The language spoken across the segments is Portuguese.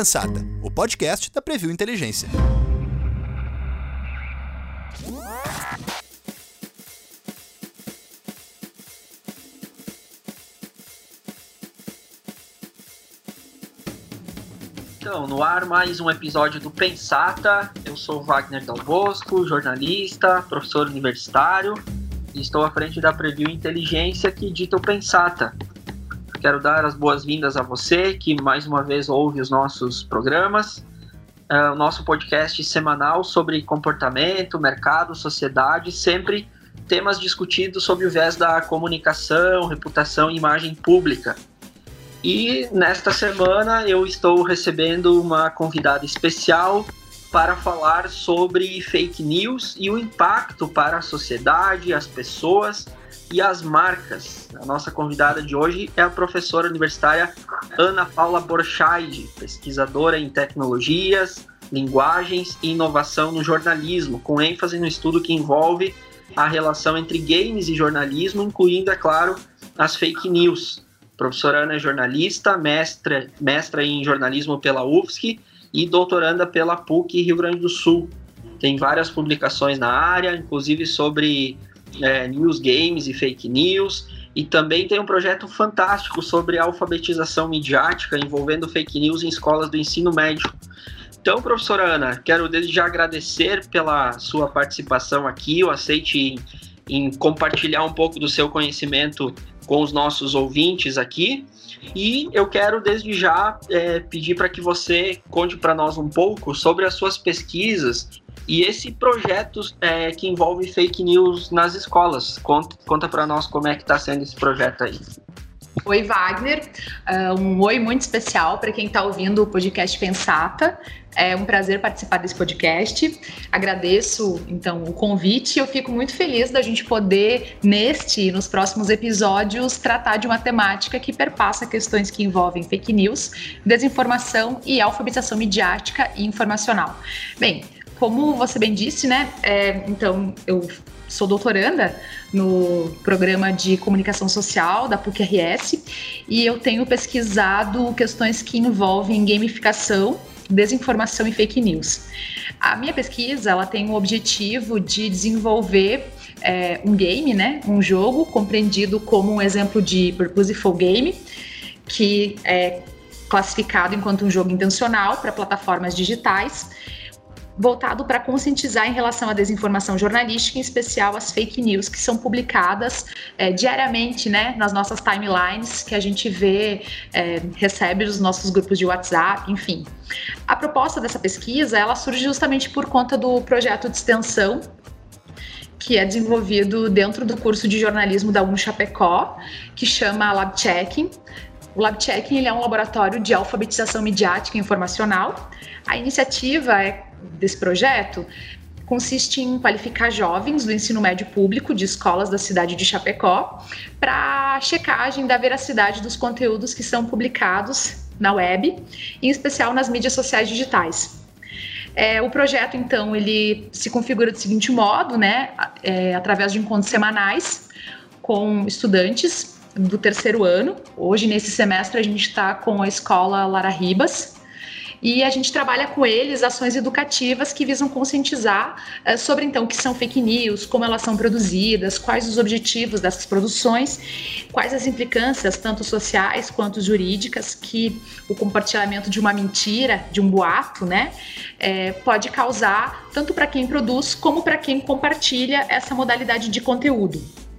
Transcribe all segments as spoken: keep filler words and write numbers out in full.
Pensata, o podcast da Preview Inteligência. Então, no ar mais um episódio do Pensata. Eu sou o Wagner Dal Bosco, jornalista, professor universitário, e estou à frente da Preview Inteligência que edita o Pensata. Quero dar as boas-vindas a você que mais uma vez ouve os nossos programas, é, o nosso podcast semanal sobre comportamento, mercado, sociedade, sempre temas discutidos sob o viés da comunicação, reputação e imagem pública. E nesta semana eu estou recebendo uma convidada especial para falar sobre fake news e o impacto para a sociedade, as pessoas e as marcas. A nossa convidada de hoje é a professora universitária Ana Paula Borchaide, pesquisadora em tecnologias, linguagens e inovação no jornalismo, com ênfase no estudo que envolve a relação entre games e jornalismo, incluindo, é claro, as fake news. A professora Ana é jornalista, mestra, mestra em jornalismo pela U F S C e doutoranda pela P U C Rio Grande do Sul. Tem várias publicações na área, inclusive sobre É, news, games e fake news, e também tem um projeto fantástico sobre alfabetização midiática envolvendo fake news em escolas do ensino médio. Então, professora Ana, quero desde já agradecer pela sua participação aqui, o aceite em, em compartilhar um pouco do seu conhecimento com os nossos ouvintes aqui, e eu quero desde já é, pedir para que você conte para nós um pouco sobre as suas pesquisas e esse projeto é, que envolve fake news nas escolas. Conta, conta para nós como é que está sendo esse projeto aí. Oi, Wagner. Uh, um oi muito especial para quem está ouvindo o podcast Pensata. É um prazer participar desse podcast. Agradeço, então, o convite. Eu fico muito feliz da gente poder, neste e nos próximos episódios, tratar de uma temática que perpassa questões que envolvem fake news, desinformação e alfabetização midiática e informacional. Bem, como você bem disse, né? É, então, eu sou doutoranda no programa de comunicação social da P U C R S e eu tenho pesquisado questões que envolvem gamificação, desinformação e fake news. A minha pesquisa, ela tem o objetivo de desenvolver é, um game, né? Um jogo compreendido como um exemplo de purposeful game, que é classificado enquanto um jogo intencional para plataformas digitais, voltado para conscientizar em relação à desinformação jornalística, em especial as fake news que são publicadas é, diariamente, né, nas nossas timelines, que a gente vê, é, recebe nos nossos grupos de WhatsApp, enfim. A proposta dessa pesquisa, ela surge justamente por conta do projeto de extensão que é desenvolvido dentro do curso de jornalismo da U N Chapecó, que chama Lab Checking. O Lab Checking ele é um laboratório de alfabetização midiática e informacional. A iniciativa é, desse projeto consiste em qualificar jovens do ensino médio público de escolas da cidade de Chapecó para checagem da veracidade dos conteúdos que são publicados na web, em especial nas mídias sociais digitais. É, o projeto, então, ele se configura do seguinte modo, né, é, através de encontros semanais com estudantes do terceiro ano. Hoje, nesse semestre, a gente está com a escola Lara Ribas e a gente trabalha com eles ações educativas que visam conscientizar uh, sobre, então, o que são fake news, como elas são produzidas, quais os objetivos dessas produções, quais as implicâncias, tanto sociais quanto jurídicas, que o compartilhamento de uma mentira, de um boato, né, é, pode causar tanto para quem produz como para quem compartilha essa modalidade de conteúdo.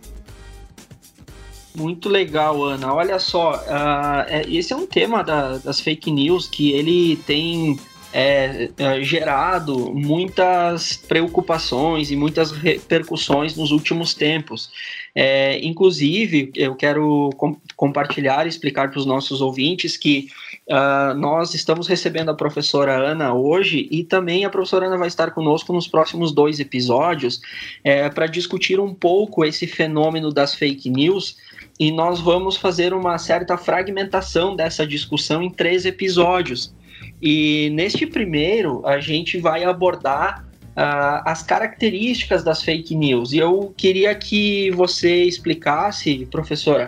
Muito legal, Ana. Olha só, uh, esse é um tema da, das fake news que ele tem é, é, gerado muitas preocupações e muitas repercussões nos últimos tempos. É, inclusive, eu quero com, compartilhar e explicar para os nossos ouvintes que uh, nós estamos recebendo a professora Ana hoje e também a professora Ana vai estar conosco nos próximos dois episódios é, para discutir um pouco esse fenômeno das fake news. E nós vamos fazer uma certa fragmentação dessa discussão em três episódios. E neste primeiro, a gente vai abordar uh, as características das fake news. E eu queria que você explicasse, professora,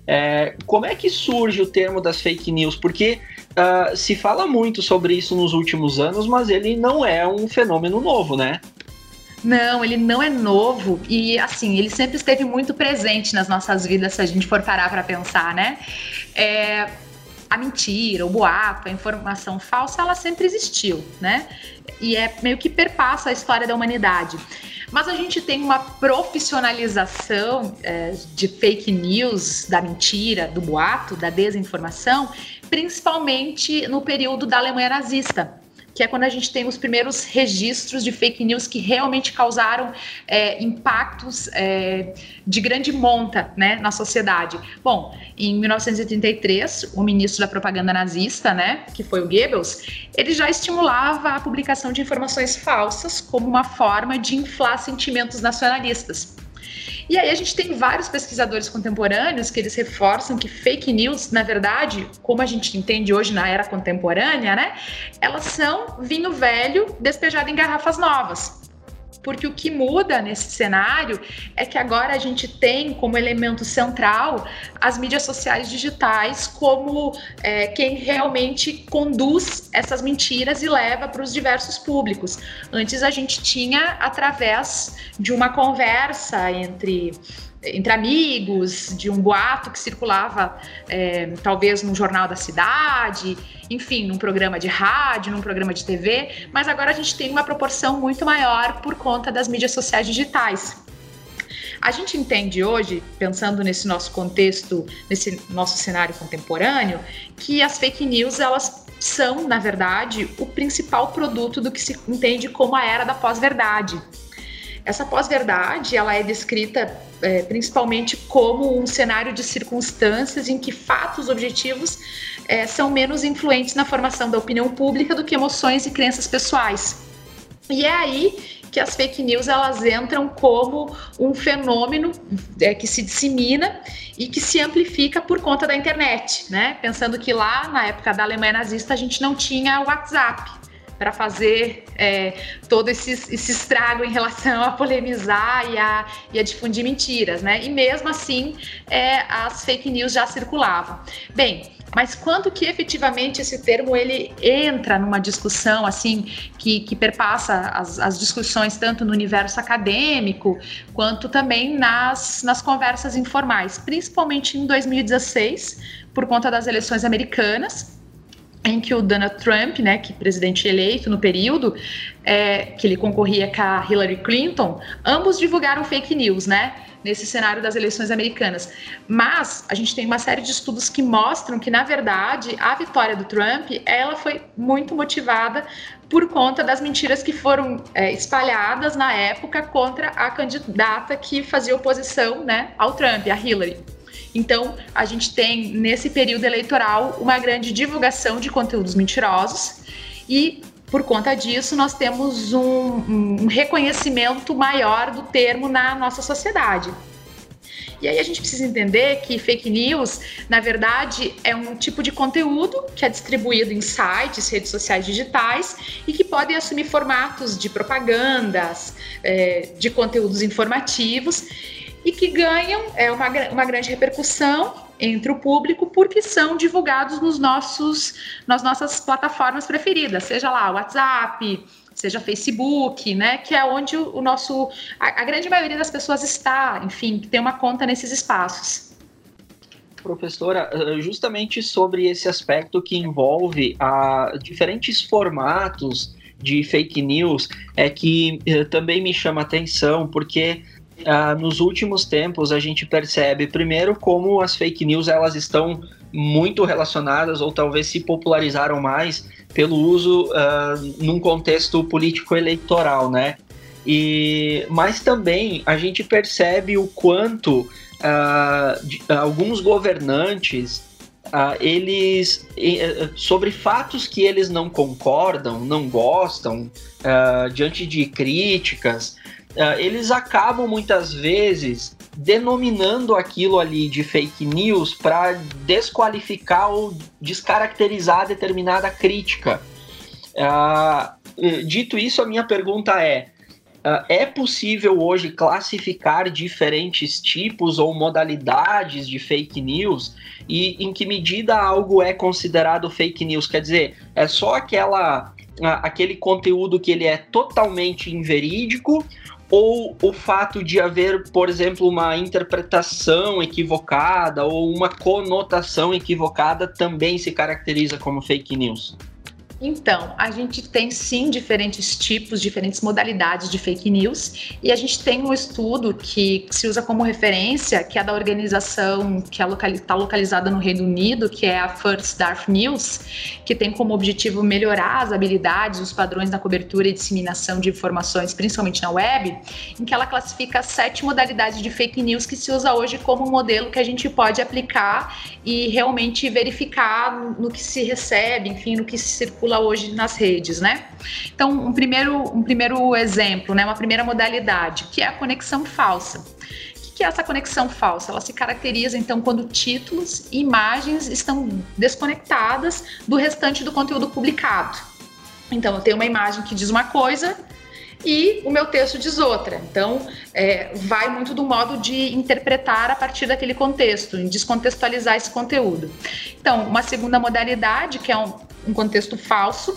É, como é que surge o termo das fake news? Porque uh, se fala muito sobre isso nos últimos anos, mas ele não é um fenômeno novo, né? Não, ele não é novo e, assim, ele sempre esteve muito presente nas nossas vidas, se a gente for parar para pensar, né? É, a mentira, o boato, a informação falsa, ela sempre existiu, né? E é meio que perpassa a história da humanidade. Mas a gente tem uma profissionalização é, de fake news, da mentira, do boato, da desinformação, principalmente no período da Alemanha nazista, que é quando a gente tem os primeiros registros de fake news que realmente causaram é, impactos é, de grande monta, né, na sociedade. Bom, em mil novecentos e trinta e três, o ministro da propaganda nazista, né, que foi o Goebbels, ele já estimulava a publicação de informações falsas como uma forma de inflar sentimentos nacionalistas. E aí a gente tem vários pesquisadores contemporâneos que eles reforçam que fake news, na verdade, como a gente entende hoje na era contemporânea, né, elas são vinho velho despejado em garrafas novas. Porque o que muda nesse cenário é que agora a gente tem como elemento central as mídias sociais digitais como é, quem realmente conduz essas mentiras e leva para os diversos públicos. Antes a gente tinha através de uma conversa entre... entre amigos, de um boato que circulava é, talvez num jornal da cidade, enfim, num programa de rádio, num programa de T V, mas agora a gente tem uma proporção muito maior por conta das mídias sociais digitais. A gente entende hoje, pensando nesse nosso contexto, nesse nosso cenário contemporâneo, que as fake news, elas são, na verdade, o principal produto do que se entende como a era da pós-verdade. Essa pós-verdade, ela é descrita é, principalmente como um cenário de circunstâncias em que fatos objetivos é, são menos influentes na formação da opinião pública do que emoções e crenças pessoais. E é aí que as fake news, elas entram como um fenômeno é, que se dissemina e que se amplifica por conta da internet, né? Pensando que lá, na época da Alemanha nazista, a gente não tinha o WhatsApp para fazer é, todo esse, esse estrago em relação a polemizar e a, e a difundir mentiras, né? E mesmo assim, é, as fake news já circulavam. Bem, mas quando que efetivamente esse termo ele entra numa discussão assim que, que perpassa as, as discussões tanto no universo acadêmico quanto também nas, nas conversas informais, principalmente em dois mil e dezesseis, por conta das eleições americanas, em que o Donald Trump, né, que presidente eleito no período, é, que ele concorria com a Hillary Clinton, ambos divulgaram fake news, né, nesse cenário das eleições americanas. Mas a gente tem uma série de estudos que mostram que, na verdade, a vitória do Trump, ela foi muito motivada por conta das mentiras que foram é, espalhadas na época contra a candidata que fazia oposição, né, ao Trump, a Hillary. Então, a gente tem, nesse período eleitoral, uma grande divulgação de conteúdos mentirosos e, por conta disso, nós temos um, um reconhecimento maior do termo na nossa sociedade. E aí a gente precisa entender que fake news, na verdade, é um tipo de conteúdo que é distribuído em sites, redes sociais digitais e que podem assumir formatos de propagandas, é, de conteúdos informativos, e que ganham é, uma, uma grande repercussão entre o público porque são divulgados nos nossos, nas nossas plataformas preferidas, seja lá WhatsApp, seja Facebook, né, que é onde o, o nosso, a, a grande maioria das pessoas está, enfim, que tem uma conta nesses espaços. Professora, justamente sobre esse aspecto que envolve a diferentes formatos de fake news, é que uh, também me chama a atenção, porque Uh, nos últimos tempos a gente percebe primeiro como as fake news elas estão muito relacionadas ou talvez se popularizaram mais pelo uso uh, num contexto político eleitoral, né? E, mas também a gente percebe o quanto uh, de, uh, alguns governantes uh, eles uh, sobre fatos que eles não concordam, não gostam, uh, diante de críticas, Uh, eles acabam muitas vezes denominando aquilo ali de fake news para desqualificar ou descaracterizar determinada crítica. Uh, dito isso, a minha pergunta é, uh, é possível hoje classificar diferentes tipos ou modalidades de fake news? E em que medida algo é considerado fake news? Quer dizer, é só aquela, uh, aquele conteúdo que ele é totalmente inverídico, ou o fato de haver, por exemplo, uma interpretação equivocada ou uma conotação equivocada também se caracteriza como fake news? Então, a gente tem sim diferentes tipos, diferentes modalidades de fake news, e a gente tem um estudo que se usa como referência, que é da organização que está localizada no Reino Unido, que é a First Draft News, que tem como objetivo melhorar as habilidades, os padrões na cobertura e disseminação de informações, principalmente na web, em que ela classifica sete modalidades de fake news que se usa hoje como um modelo que a gente pode aplicar e realmente verificar no que se recebe, enfim, no que se circula hoje nas redes, né? Então, um primeiro, um primeiro exemplo, né, uma primeira modalidade, que é a conexão falsa. O que é essa conexão falsa? Ela se caracteriza, então, quando títulos e imagens estão desconectadas do restante do conteúdo publicado. Então, eu tenho uma imagem que diz uma coisa e o meu texto diz outra. Então, é, vai muito do modo de interpretar a partir daquele contexto, em descontextualizar esse conteúdo. Então, uma segunda modalidade, que é um, um contexto falso,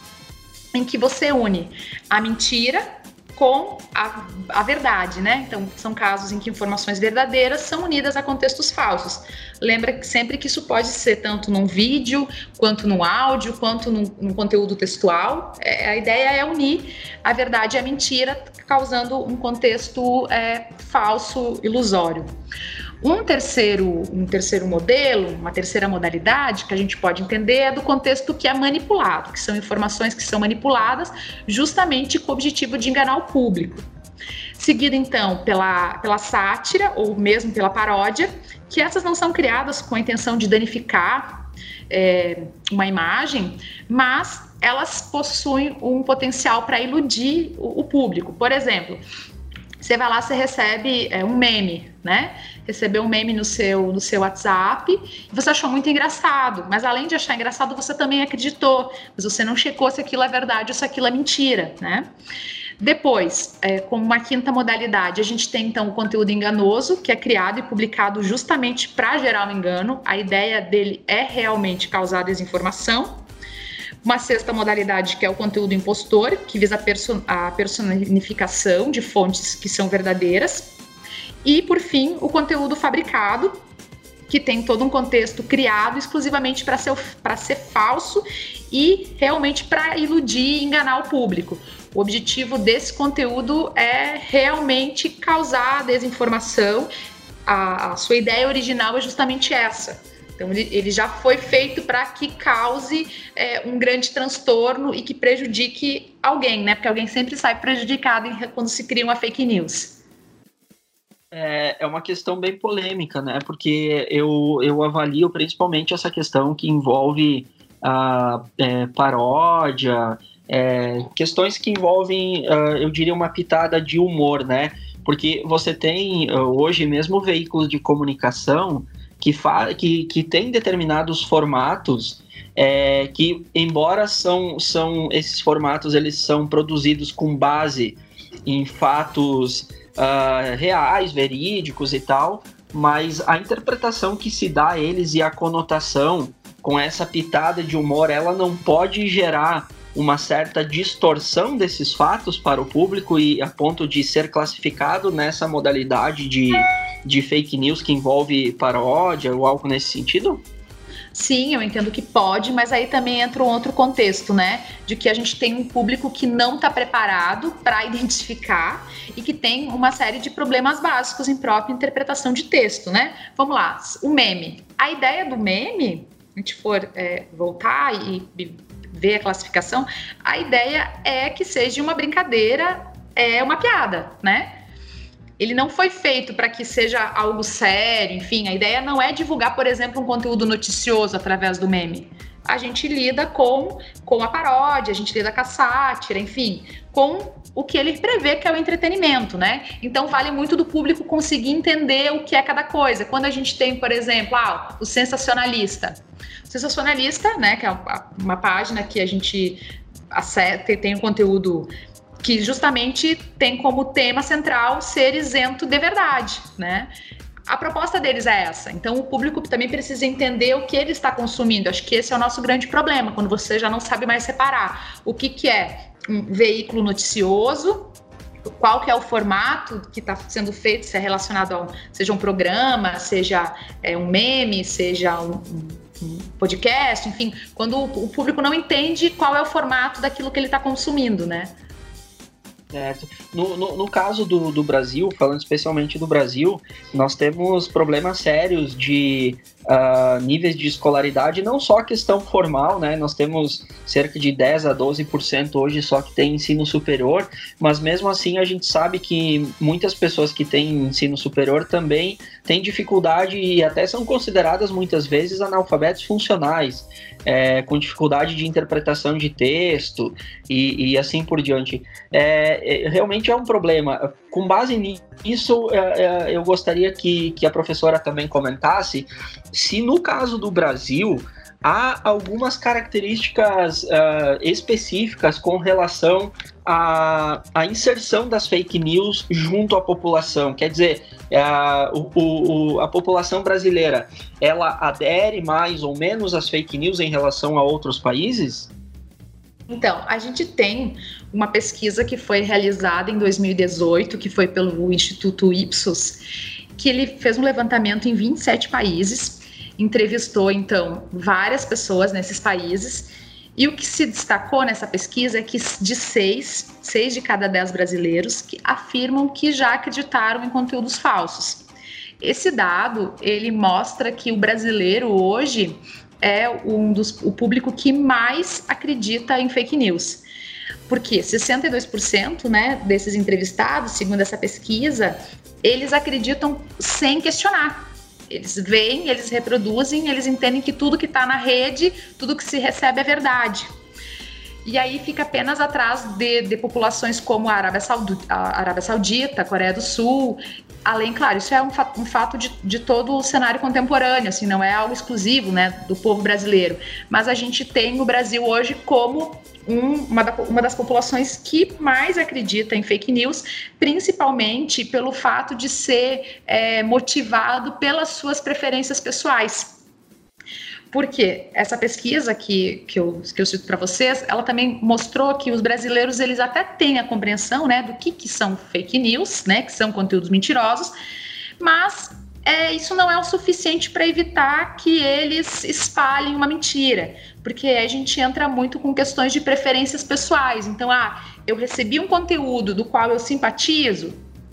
em que você une a mentira com a, a verdade, né? Então, são casos em que informações verdadeiras são unidas a contextos falsos. Lembra que sempre que isso pode ser tanto num vídeo, quanto no áudio, quanto num, num conteúdo textual. É, a ideia é unir a verdade e a mentira, causando um contexto é, falso, ilusório. Um terceiro, um terceiro modelo, uma terceira modalidade que a gente pode entender é do contexto que é manipulado, que são informações que são manipuladas justamente com o objetivo de enganar o público. Seguido, então, pela, pela sátira ou mesmo pela paródia, que essas não são criadas com a intenção de danificar é, uma imagem, mas elas possuem um potencial para iludir o, o público. Por exemplo, você vai lá, você recebe é, um meme, né? Recebeu um meme no seu, no seu WhatsApp e você achou muito engraçado, mas além de achar engraçado, você também acreditou, mas você não checou se aquilo é verdade ou se aquilo é mentira, né? Depois, é, como uma quinta modalidade, a gente tem então o conteúdo enganoso, que é criado e publicado justamente para gerar um engano. A ideia dele é realmente causar desinformação. Uma sexta modalidade, que é o conteúdo impostor, que visa a, perso- a personificação de fontes que são verdadeiras. E, por fim, o conteúdo fabricado, que tem todo um contexto criado exclusivamente para ser, para ser falso e realmente para iludir e enganar o público. O objetivo desse conteúdo é realmente causar desinformação. A, a sua ideia original é justamente essa. Então, ele, ele já foi feito para que cause é, um grande transtorno e que prejudique alguém, né? Porque alguém sempre sai prejudicado em, quando se cria uma fake news. É, é uma questão bem polêmica, né? Porque eu, eu avalio principalmente essa questão que envolve a é, paródia, é, questões que envolvem, uh, eu diria, uma pitada de humor, né? Porque você tem uh, hoje mesmo veículos de comunicação que, fa- que, que tem determinados formatos é, que, embora são, são esses formatos, eles são produzidos com base em fatos uh, reais, verídicos e tal, mas a interpretação que se dá a eles e a conotação com essa pitada de humor, ela não pode gerar uma certa distorção desses fatos para o público e a ponto de ser classificado nessa modalidade de, de fake news que envolve paródia ou algo nesse sentido? Sim, eu entendo que pode, mas aí também entra um outro contexto, né? De que a gente tem um público que não está preparado para identificar e que tem uma série de problemas básicos em própria interpretação de texto, né? Vamos lá, o meme. A ideia do meme, se a gente for é, voltar e, e ver a classificação, a ideia é que seja uma brincadeira, é uma piada, né? Ele não foi feito para que seja algo sério, enfim, a ideia não é divulgar, por exemplo, um conteúdo noticioso através do meme. A gente lida com, com a paródia, a gente lida com a sátira, enfim, com o que ele prevê que é o entretenimento, né? Então vale muito do público conseguir entender o que é cada coisa. Quando a gente tem, por exemplo, ah, o sensacionalista. O sensacionalista, né, que é uma página que a gente acessa, tem um conteúdo que justamente tem como tema central ser isento de verdade, né? A proposta deles é essa. Então, o público também precisa entender o que ele está consumindo. Acho que esse é o nosso grande problema, quando você já não sabe mais separar o que, que é um veículo noticioso, qual que é o formato que está sendo feito, se é relacionado a um, seja um programa, seja é, um meme, seja um, um podcast, enfim, quando o, o público não entende qual é o formato daquilo que ele está consumindo, né? Certo. No, no, no caso do, do Brasil, falando especialmente do Brasil, nós temos problemas sérios de uh, níveis de escolaridade, não só a questão formal, né? Nós temos cerca de dez a doze por cento hoje só que tem ensino superior, mas mesmo assim a gente sabe que muitas pessoas que têm ensino superior também têm dificuldade e até são consideradas muitas vezes analfabetos funcionais, é, com dificuldade de interpretação de texto e, e assim por diante. É, é, realmente é um problema. Com base nisso, é, é, eu gostaria que, que a professora também comentasse se no caso do Brasil há algumas características uh, específicas com relação à, à inserção das fake news junto à população. Quer dizer, uh, o, o, a população brasileira, ela adere mais ou menos às fake news em relação a outros países? Então, a gente tem uma pesquisa que foi realizada em dois mil e dezoito, que foi pelo Instituto Ipsos, que ele fez um levantamento em vinte e sete países, entrevistou, então, várias pessoas nesses países, e o que se destacou nessa pesquisa é que de seis, seis de cada dez brasileiros que afirmam que já acreditaram em conteúdos falsos. Esse dado, ele mostra que o brasileiro hoje é um dos, o público que mais acredita em fake news. Porque sessenta e dois por cento, né, desses entrevistados, segundo essa pesquisa, eles acreditam sem questionar. Eles veem, eles reproduzem, eles entendem que tudo que está na rede, tudo que se recebe é verdade. E aí fica apenas atrás de, de populações como a Arábia Saudita, a Arábia Saudita, a Coreia do Sul. Além, claro, isso é um fato, um fato de, de todo o cenário contemporâneo, assim, não é algo exclusivo, né, do povo brasileiro. Mas a gente tem o Brasil hoje como um, uma, da, uma das populações que mais acredita em fake news, principalmente pelo fato de ser é, motivado pelas suas preferências pessoais. Porque essa pesquisa que, que, eu, que eu cito para vocês, ela também mostrou que os brasileiros, eles até têm a compreensão, né, do que, que são fake news, né, que são conteúdos mentirosos, mas é, isso não é o suficiente para evitar que eles espalhem uma mentira, porque a gente entra muito com questões de preferências pessoais. Então, ah, eu recebi um conteúdo do qual eu simpatizo,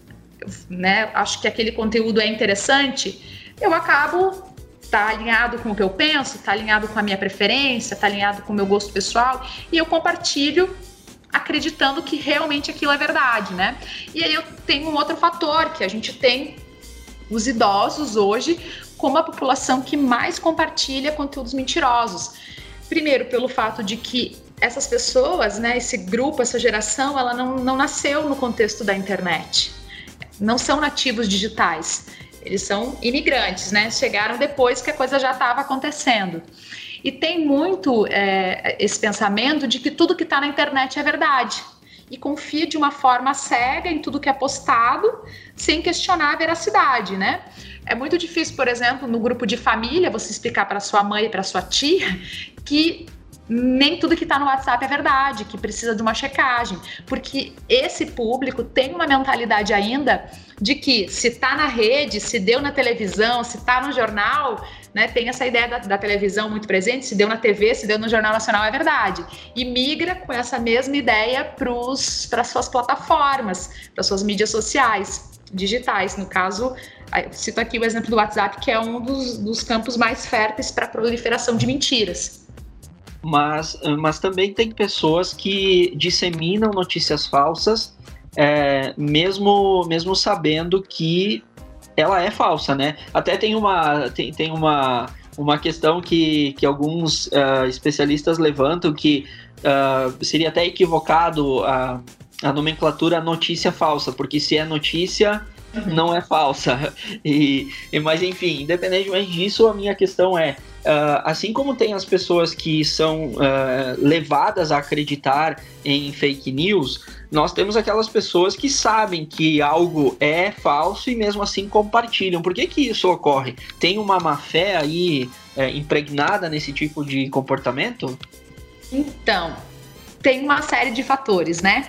né, acho que aquele conteúdo é interessante, eu acabo... está alinhado com o que eu penso, está alinhado com a minha preferência, está alinhado com o meu gosto pessoal, e eu compartilho acreditando que realmente aquilo é verdade, né? E aí eu tenho um outro fator, que a gente tem os idosos hoje como a população que mais compartilha conteúdos mentirosos. Primeiro, pelo fato de que essas pessoas, né, esse grupo, essa geração, ela não, não nasceu no contexto da internet, não são nativos digitais. Eles são imigrantes, né? Chegaram depois que a coisa já estava acontecendo. E tem muito é, esse pensamento de que tudo que está na internet é verdade. E confia de uma forma cega em tudo que é postado, sem questionar a veracidade, né? É muito difícil, por exemplo, no grupo de família, você explicar para sua mãe e para sua tia que nem tudo que está no WhatsApp é verdade, que precisa de uma checagem, porque esse público tem uma mentalidade ainda de que se está na rede, se deu na televisão, se está no jornal, né, tem essa ideia da, da televisão muito presente, se deu na T V, se deu no Jornal Nacional, é verdade. E migra com essa mesma ideia para as suas plataformas, para suas mídias sociais, digitais. No caso, eu cito aqui o exemplo do WhatsApp, que é um dos, dos campos mais férteis para a proliferação de mentiras. Mas, mas também tem pessoas que disseminam notícias falsas, é, mesmo, mesmo sabendo que ela é falsa, né? Até tem uma, tem, tem uma, uma questão que, que alguns uh, especialistas levantam, que uh, seria até equivocado a, a nomenclatura notícia falsa, porque se é notícia... não é falsa. E, e, mas, enfim, independentemente disso, a minha questão é, uh, assim como tem as pessoas que são uh, levadas a acreditar em fake news, nós temos aquelas pessoas que sabem que algo é falso e mesmo assim compartilham. Por que que isso ocorre? Tem uma má-fé aí é, impregnada nesse tipo de comportamento? Então, tem uma série de fatores, né?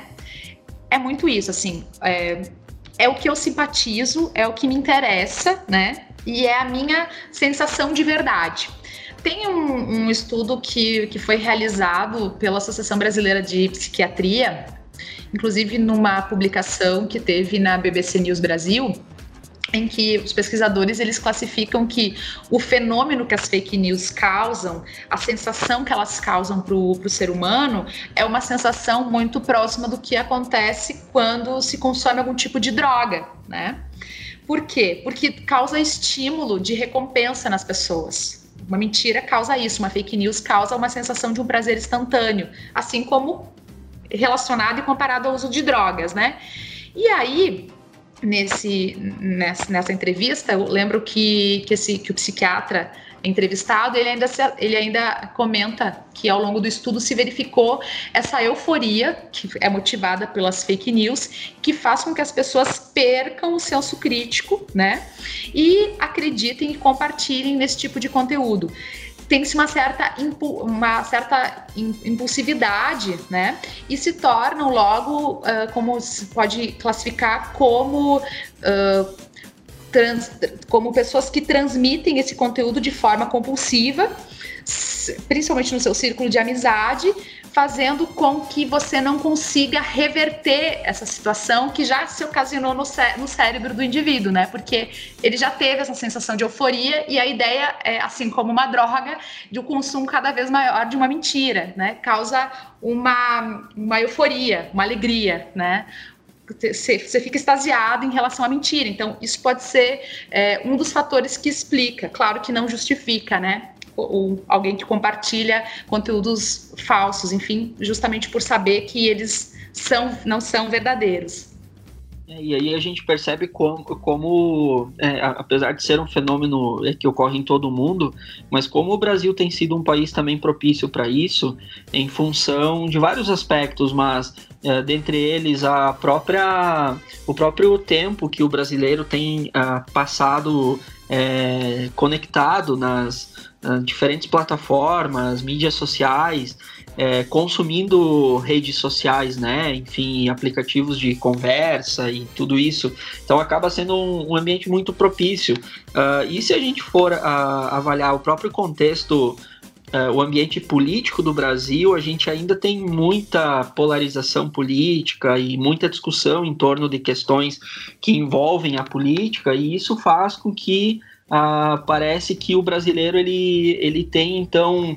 É muito isso, assim, é, é o que eu simpatizo, é o que me interessa, né? E é a minha sensação de verdade. Tem um, um estudo que, que foi realizado pela Associação Brasileira de Psiquiatria, inclusive numa publicação que teve na B B C News Brasil, em que os pesquisadores eles classificam que o fenômeno que as fake news causam, a sensação que elas causam para o ser humano, é uma sensação muito próxima do que acontece quando se consome algum tipo de droga, né? Por quê? Porque causa estímulo de recompensa nas pessoas. Uma mentira causa isso, uma fake news causa uma sensação de um prazer instantâneo, assim como relacionado e comparado ao uso de drogas, né? E aí, nesse, nessa, nessa entrevista, eu lembro que, que, esse, que o psiquiatra entrevistado, ele ainda, se, ele ainda comenta que ao longo do estudo se verificou essa euforia, que é motivada pelas fake news, que faz com que as pessoas percam o senso crítico, né? E acreditem e compartilhem nesse tipo de conteúdo. Tem-se uma certa, uma certa impulsividade, né? E se tornam logo, uh, como se pode classificar, como, uh, trans, como pessoas que transmitem esse conteúdo de forma compulsiva, principalmente no seu círculo de amizade, fazendo com que você não consiga reverter essa situação que já se ocasionou no, cé- no cérebro do indivíduo, né? Porque ele já teve essa sensação de euforia e a ideia é, assim como uma droga, de um consumo cada vez maior de uma mentira, né? Causa uma, uma euforia, uma alegria, né? Você, você fica extasiado em relação à mentira. Então, isso pode ser é, um dos fatores que explica, claro que não justifica, né? Ou alguém que compartilha conteúdos falsos, enfim, justamente por saber que eles são, não são verdadeiros. E aí a gente percebe como, como é, apesar de ser um fenômeno que ocorre em todo o mundo, mas como o Brasil tem sido um país também propício para isso, em função de vários aspectos, mas é, dentre eles a própria, o próprio tempo que o brasileiro tem uh, passado é, conectado nas diferentes plataformas, mídias sociais, é, consumindo redes sociais, né? Enfim, aplicativos de conversa e tudo isso. Então acaba sendo um, um ambiente muito propício. Uh, e se a gente for uh, avaliar o próprio contexto, uh, o ambiente político do Brasil, a gente ainda tem muita polarização política e muita discussão em torno de questões que envolvem a política, e isso faz com que Uh, parece que o brasileiro ele, ele tem então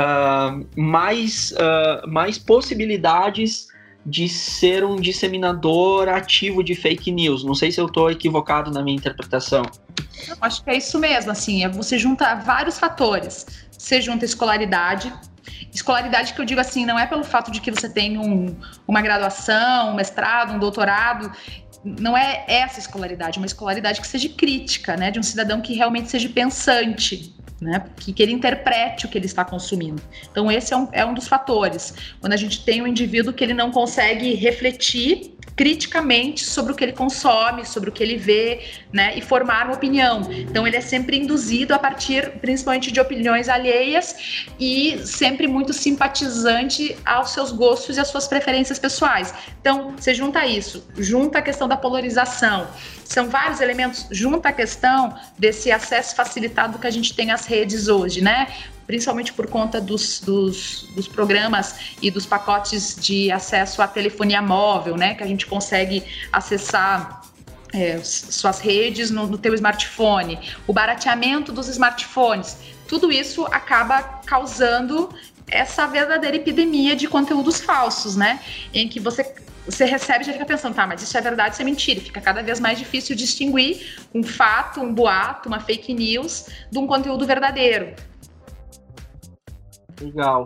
uh, mais, uh, mais possibilidades de ser um disseminador ativo de fake news. Não sei se eu estou equivocado na minha interpretação. Eu acho que é isso mesmo, assim, você junta vários fatores. Você junta escolaridade, escolaridade que eu digo assim, não é pelo fato de que você tem um, uma graduação, um mestrado, um doutorado. Não é essa escolaridade, uma escolaridade que seja crítica, né? De um cidadão que realmente seja pensante, né? Que, que ele interprete o que ele está consumindo. Então esse é um, é um dos fatores. Quando a gente tem um indivíduo que ele não consegue refletir criticamente sobre o que ele consome, sobre o que ele vê, né, e formar uma opinião. Então ele é sempre induzido a partir, principalmente, de opiniões alheias e sempre muito simpatizante aos seus gostos e às suas preferências pessoais. Então você junta isso, junta a questão da polarização, são vários elementos, junta a questão desse acesso facilitado que a gente tem às redes hoje, né? Principalmente por conta dos, dos, dos programas e dos pacotes de acesso à telefonia móvel, né? Que a gente consegue acessar é, suas redes no, no teu smartphone, o barateamento dos smartphones, tudo isso acaba causando essa verdadeira epidemia de conteúdos falsos, né? Em que você... Você recebe e já fica pensando, tá, mas isso é verdade, isso é mentira. Fica cada vez mais difícil distinguir um fato, um boato, uma fake news de um conteúdo verdadeiro. Legal.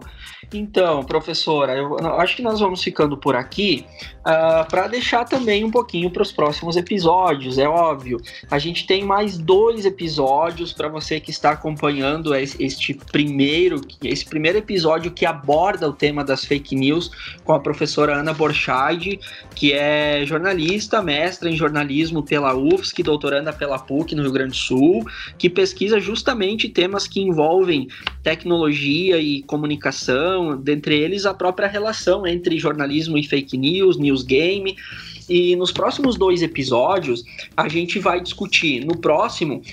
Então, professora, eu acho que nós vamos ficando por aqui uh, para deixar também um pouquinho para os próximos episódios, é óbvio. A gente tem mais dois episódios para você que está acompanhando este primeiro, esse primeiro episódio que aborda o tema das fake news com a professora Ana Borchardt, que é jornalista, mestra em jornalismo pela U F S C, doutoranda pela P U C no Rio Grande do Sul, que pesquisa justamente temas que envolvem tecnologia e comunicação, dentre eles a própria relação entre jornalismo e fake news, news game. E nos próximos dois episódios a gente vai discutir, no próximo,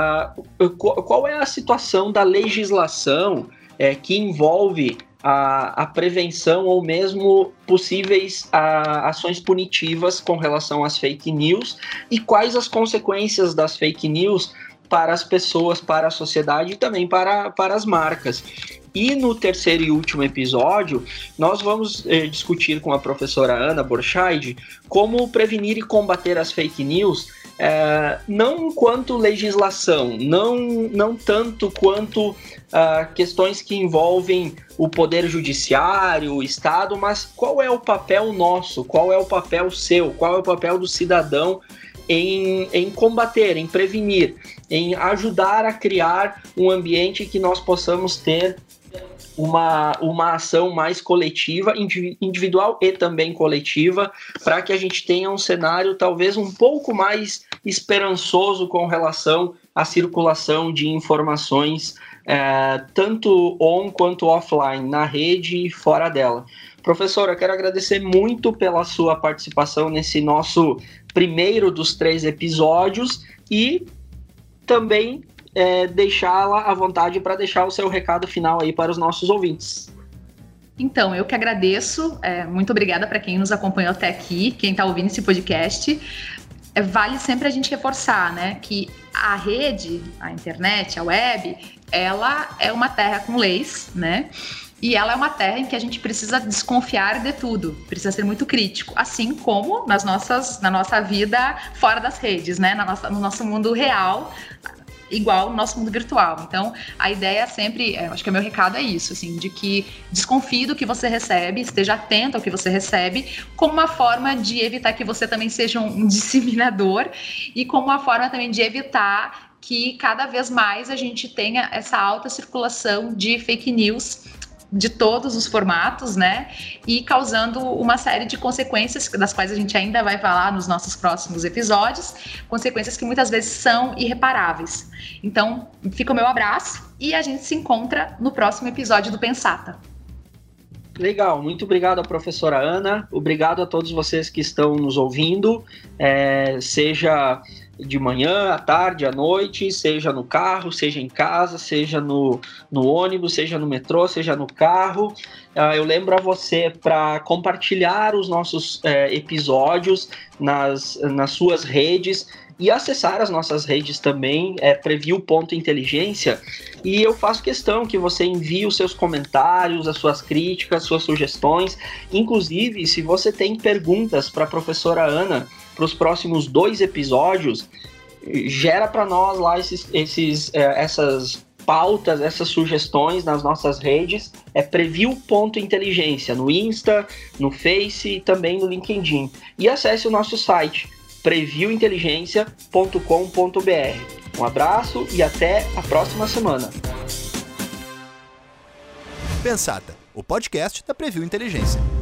uh, qual é a situação da legislação é, que envolve a, a prevenção ou mesmo possíveis a, ações punitivas com relação às fake news e quais as consequências das fake news para as pessoas, para a sociedade e também para, para as marcas. E no terceiro e último episódio, nós vamos eh, discutir com a professora Ana Borchardt como prevenir e combater as fake news, eh, não enquanto legislação, não, não tanto quanto ah, questões que envolvem o poder judiciário, o Estado, mas qual é o papel nosso, qual é o papel seu, qual é o papel do cidadão Em, em combater, em prevenir, em ajudar a criar um ambiente que nós possamos ter uma, uma ação mais coletiva, individual e também coletiva, para que a gente tenha um cenário talvez um pouco mais esperançoso com relação à circulação de informações, é, tanto on quanto offline, na rede e fora dela. Professora, quero agradecer muito pela sua participação nesse nosso primeiro dos três episódios e também é, deixá-la à vontade para deixar o seu recado final aí para os nossos ouvintes. Então, eu que agradeço, é, muito obrigada para quem nos acompanhou até aqui, quem está ouvindo esse podcast. É, vale sempre a gente reforçar, né, que a rede, a internet, a web, ela é uma terra com leis, né? E ela é uma terra em que a gente precisa desconfiar de tudo, precisa ser muito crítico, assim como nas nossas, na nossa vida fora das redes, né? Na nossa, no nosso mundo real, igual no nosso mundo virtual. Então, a ideia sempre, acho que o meu recado é isso, assim, de que desconfie do que você recebe, esteja atento ao que você recebe, como uma forma de evitar que você também seja um disseminador e como uma forma também de evitar que cada vez mais a gente tenha essa alta circulação de fake news de todos os formatos, né, e causando uma série de consequências, das quais a gente ainda vai falar nos nossos próximos episódios, consequências que muitas vezes são irreparáveis. Então, fica o meu abraço e a gente se encontra no próximo episódio do Pensata. Legal, muito obrigado à professora Ana, obrigado a todos vocês que estão nos ouvindo, é, seja de manhã, à tarde, à noite, seja no carro, seja em casa, seja no, no ônibus, seja no metrô, seja no carro. Uh, eu lembro a você para compartilhar os nossos uh, episódios nas, nas suas redes e acessar as nossas redes também, é preview ponto inteligência, e eu faço questão que você envie os seus comentários, as suas críticas, suas sugestões, inclusive se você tem perguntas para a professora Ana para os próximos dois episódios, gera para nós lá esses, esses, é, essas pautas, essas sugestões nas nossas redes, é preview ponto inteligência, no Insta, no Face e também no LinkedIn. E acesse o nosso site, preview inteligência ponto com ponto b r. Um abraço e até a próxima semana. Pensata, o podcast da Preview Inteligência.